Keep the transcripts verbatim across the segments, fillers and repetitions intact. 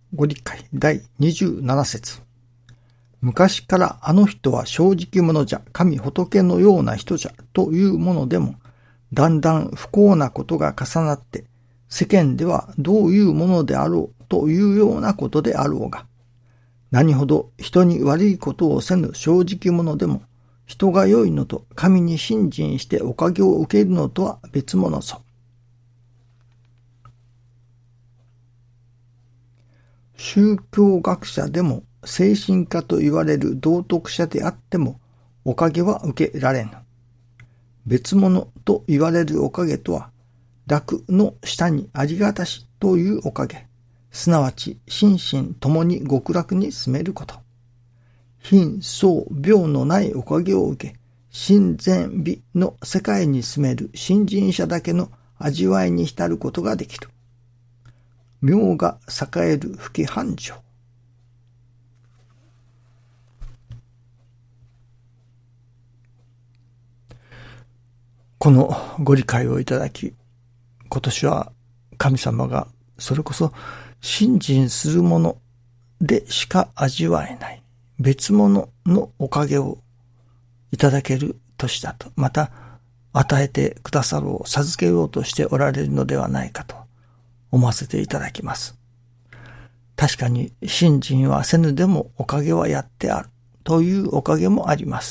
ご理解だいにじゅうなな節。昔からあの人は正直者じゃ、神仏のような人じゃというものでも、だんだん不幸なことが重なって、世間ではどういうものであろうというようなことであろうが、何ほど人に悪いことをせぬ正直者でも、人が良いのと神に信心しておかげを受けるのとは別物ぞ。宗教学者でも精神科と言われる道徳者であってもおかげは受けられぬ。別物と言われるおかげとは、楽の下にありがたしというおかげ、すなわち心身ともに極楽に住めること。貧相病のないおかげを受け、親善美の世界に住める信心者だけの味わいに浸ることができる。名が栄える不起繁盛。このご理解をいただき、今年は神様がそれこそ信心するものでしか味わえない別物のおかげをいただける年だと、また与えてくださろう、授けようとしておられるのではないかと思わせていただきます。確かに信心はせぬでもおかげはやってあるというおかげもあります。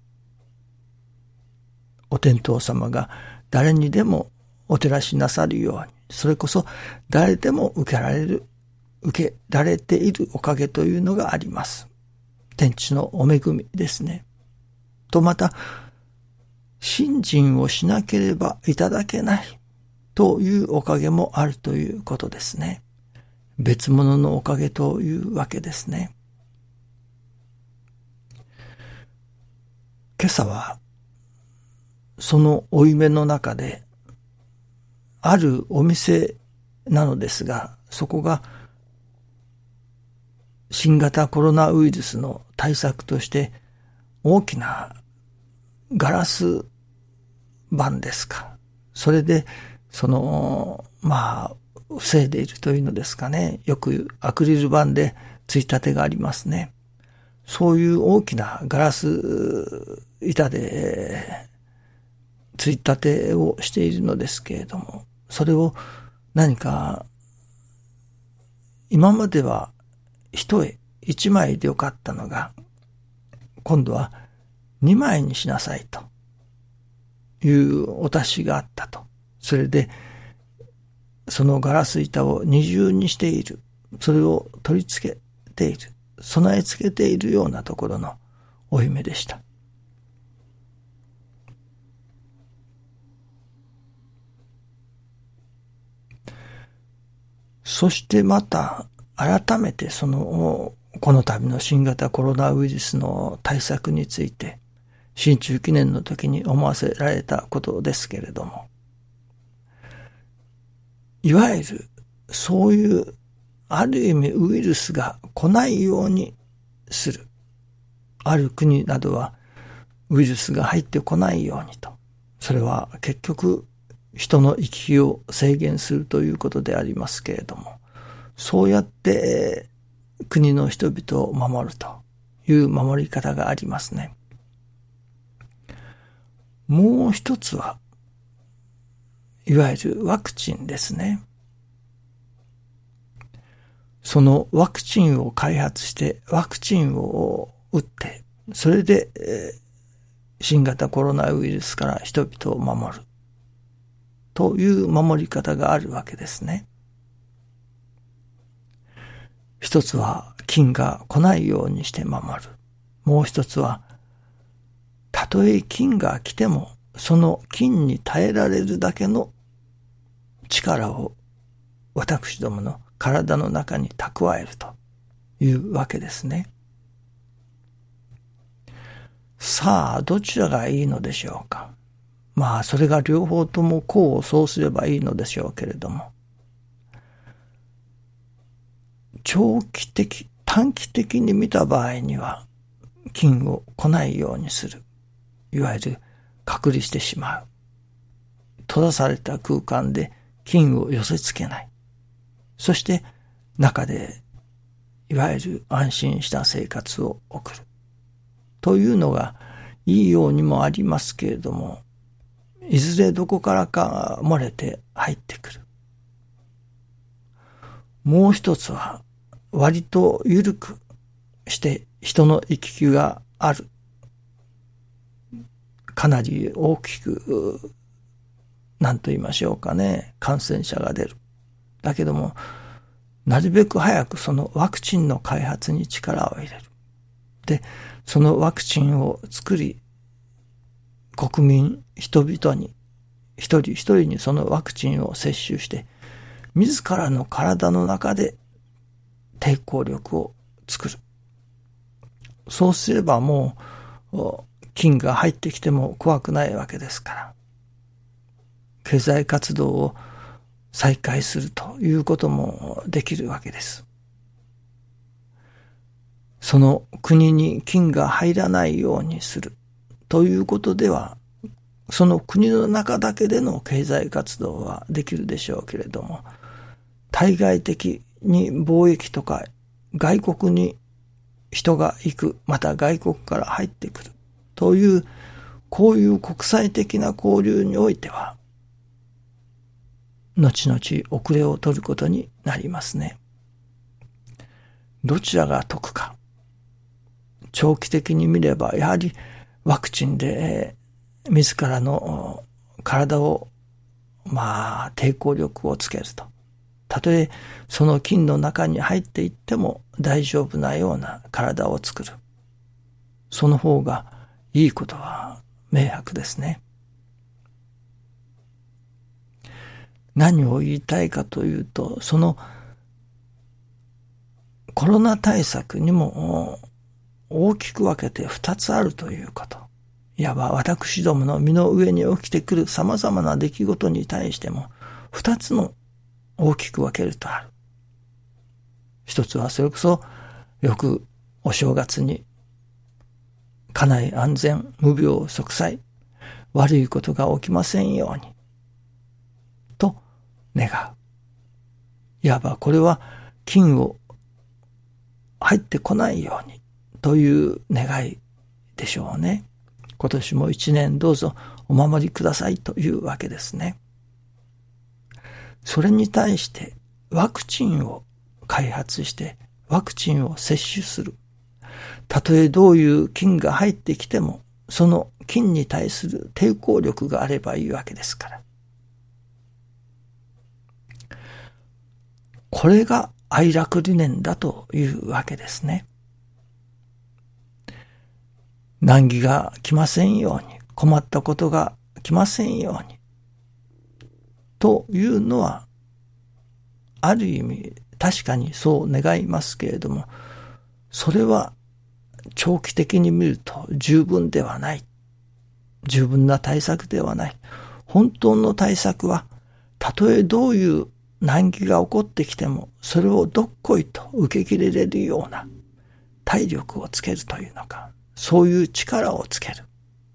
お天道様が誰にでもお照らしなさるように、それこそ誰でも受けられる、受けられているおかげというのがあります。天地のお恵みですね。とまた、信心をしなければいただけないというおかげもあるということですね。別物のおかげというわけですね。今朝は、その負い目の中で、あるお店なのですが、そこが新型コロナウイルスの対策として大きなガラス板ですか。それで、その、まあ、防いでいるというのですかね。よくアクリル板でついたてがありますね。そういう大きなガラス板でついたてをしているのですけれども、それを何か、今までは一重、一枚でよかったのが、今度は二枚にしなさいというお達しがあったと。それで、そのガラス板を二重にしている。それを取り付けている。備え付けているようなところのお夢でした。そしてまた改めてそのこの度の新型コロナウイルスの対策について新中記念の時に思わせられたことですけれども、いわゆるそういうある意味ウイルスが来ないようにする。ある国などはウイルスが入ってこないようにと。それは結局人の行き来を制限するということでありますけれども、そうやって国の人々を守るという守り方がありますね。もう一つは、いわゆるワクチンですね。そのワクチンを開発してワクチンを打って、それで新型コロナウイルスから人々を守るという守り方があるわけですね。一つは菌が来ないようにして守る。もう一つはたとえ菌が来てもその菌に耐えられるだけの力を私どもの体の中に蓄えるというわけですね。さあ、どちらがいいのでしょうか。まあ、それが両方とも功を奏すればいいのでしょうけれども、長期的、短期的に見た場合には、菌を来ないようにする。いわゆる隔離してしまう。閉ざされた空間で菌を寄せ付けない。そして、 中でいわゆる安心した生活を送るというのがいいようにもありますけれども、いずれどこからか漏れて入ってくる。もう一つは割と緩くして人の行き来がある。かなり大きく、何と言いましょうかね、感染者が出る。だけども、なるべく早くそのワクチンの開発に力を入れる。で、そのワクチンを作り、国民、人々に、一人一人にそのワクチンを接種して、自らの体の中で抵抗力を作る。そうすればもう、菌が入ってきても怖くないわけですから。経済活動を再開するということもできるわけです。その国に菌が入らないようにするということでは、その国の中だけでの経済活動はできるでしょうけれども、対外的に貿易とか外国に人が行く、また外国から入ってくるという、こういう国際的な交流においては、後々遅れを取ることになりますね。どちらが得か。長期的に見れば、やはりワクチンで自らの体を、まあ、抵抗力をつけると。たとえその菌の中に入っていっても大丈夫なような体を作る。その方がいいことは明白ですね。何を言いたいかというと、そのコロナ対策にも大きく分けて二つあるということ。いわば私どもの身の上に起きてくる様々な出来事に対しても二つの大きく分けるとある。一つはそれこそよくお正月に家内安全、無病息災、悪いことが起きませんようにと願う。いわばこれは菌を入ってこないようにという願いでしょうね。今年も一年どうぞお守りくださいというわけですね。それに対してワクチンを開発してワクチンを接種する。たとえどういう菌が入ってきても、その菌に対する抵抗力があればいいわけですから。これが愛楽理念だというわけですね。難儀が来ませんように、困ったことが来ませんように。というのは、ある意味確かにそう願いますけれども、それは長期的に見ると十分ではない。十分な対策ではない。本当の対策は、たとえどういう難儀が起こってきても、それをどっこいと受け切れれるような体力をつけるというのか、そういう力をつける。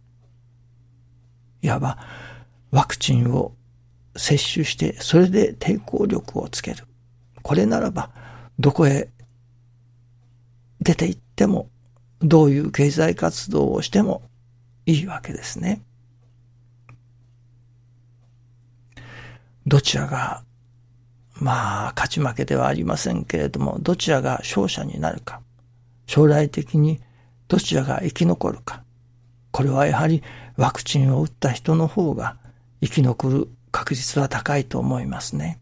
いわばワクチンを接種して、それで抵抗力をつける。これならば、どこへ出て行っても、どういう経済活動をしてもいいわけですね。どちらが、まあ、勝ち負けではありませんけれども、どちらが勝者になるか、将来的にどちらが生き残るか、これはやはりワクチンを打った人の方が生き残る確率は高いと思いますね。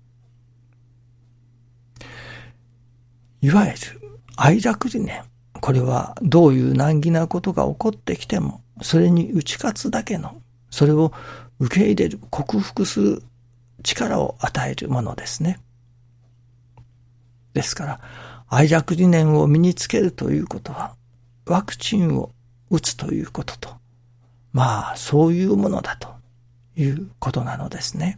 いわゆる愛楽理念。これはどういう難儀なことが起こってきても、それに打ち勝つだけの、それを受け入れる、克服する力を与えるものですね。ですから、愛楽理念を身につけるということは、ワクチンを打つということと、まあ、そういうものだということなのですね。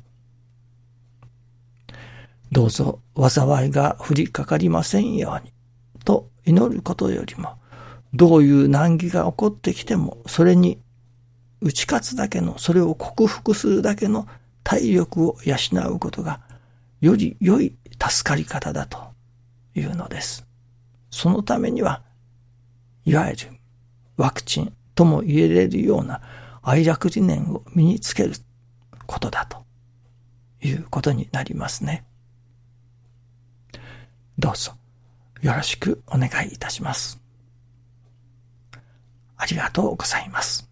どうぞ災いが降りかかりませんようにと祈ることよりも、どういう難儀が起こってきても、それに打ち勝つだけの、それを克服するだけの体力を養うことが、より良い助かり方だというのです。そのためには、いわゆるワクチンとも言えれるような愛楽理念を身につけることだということになりますね。どうぞよろしくお願いいたします。ありがとうございます。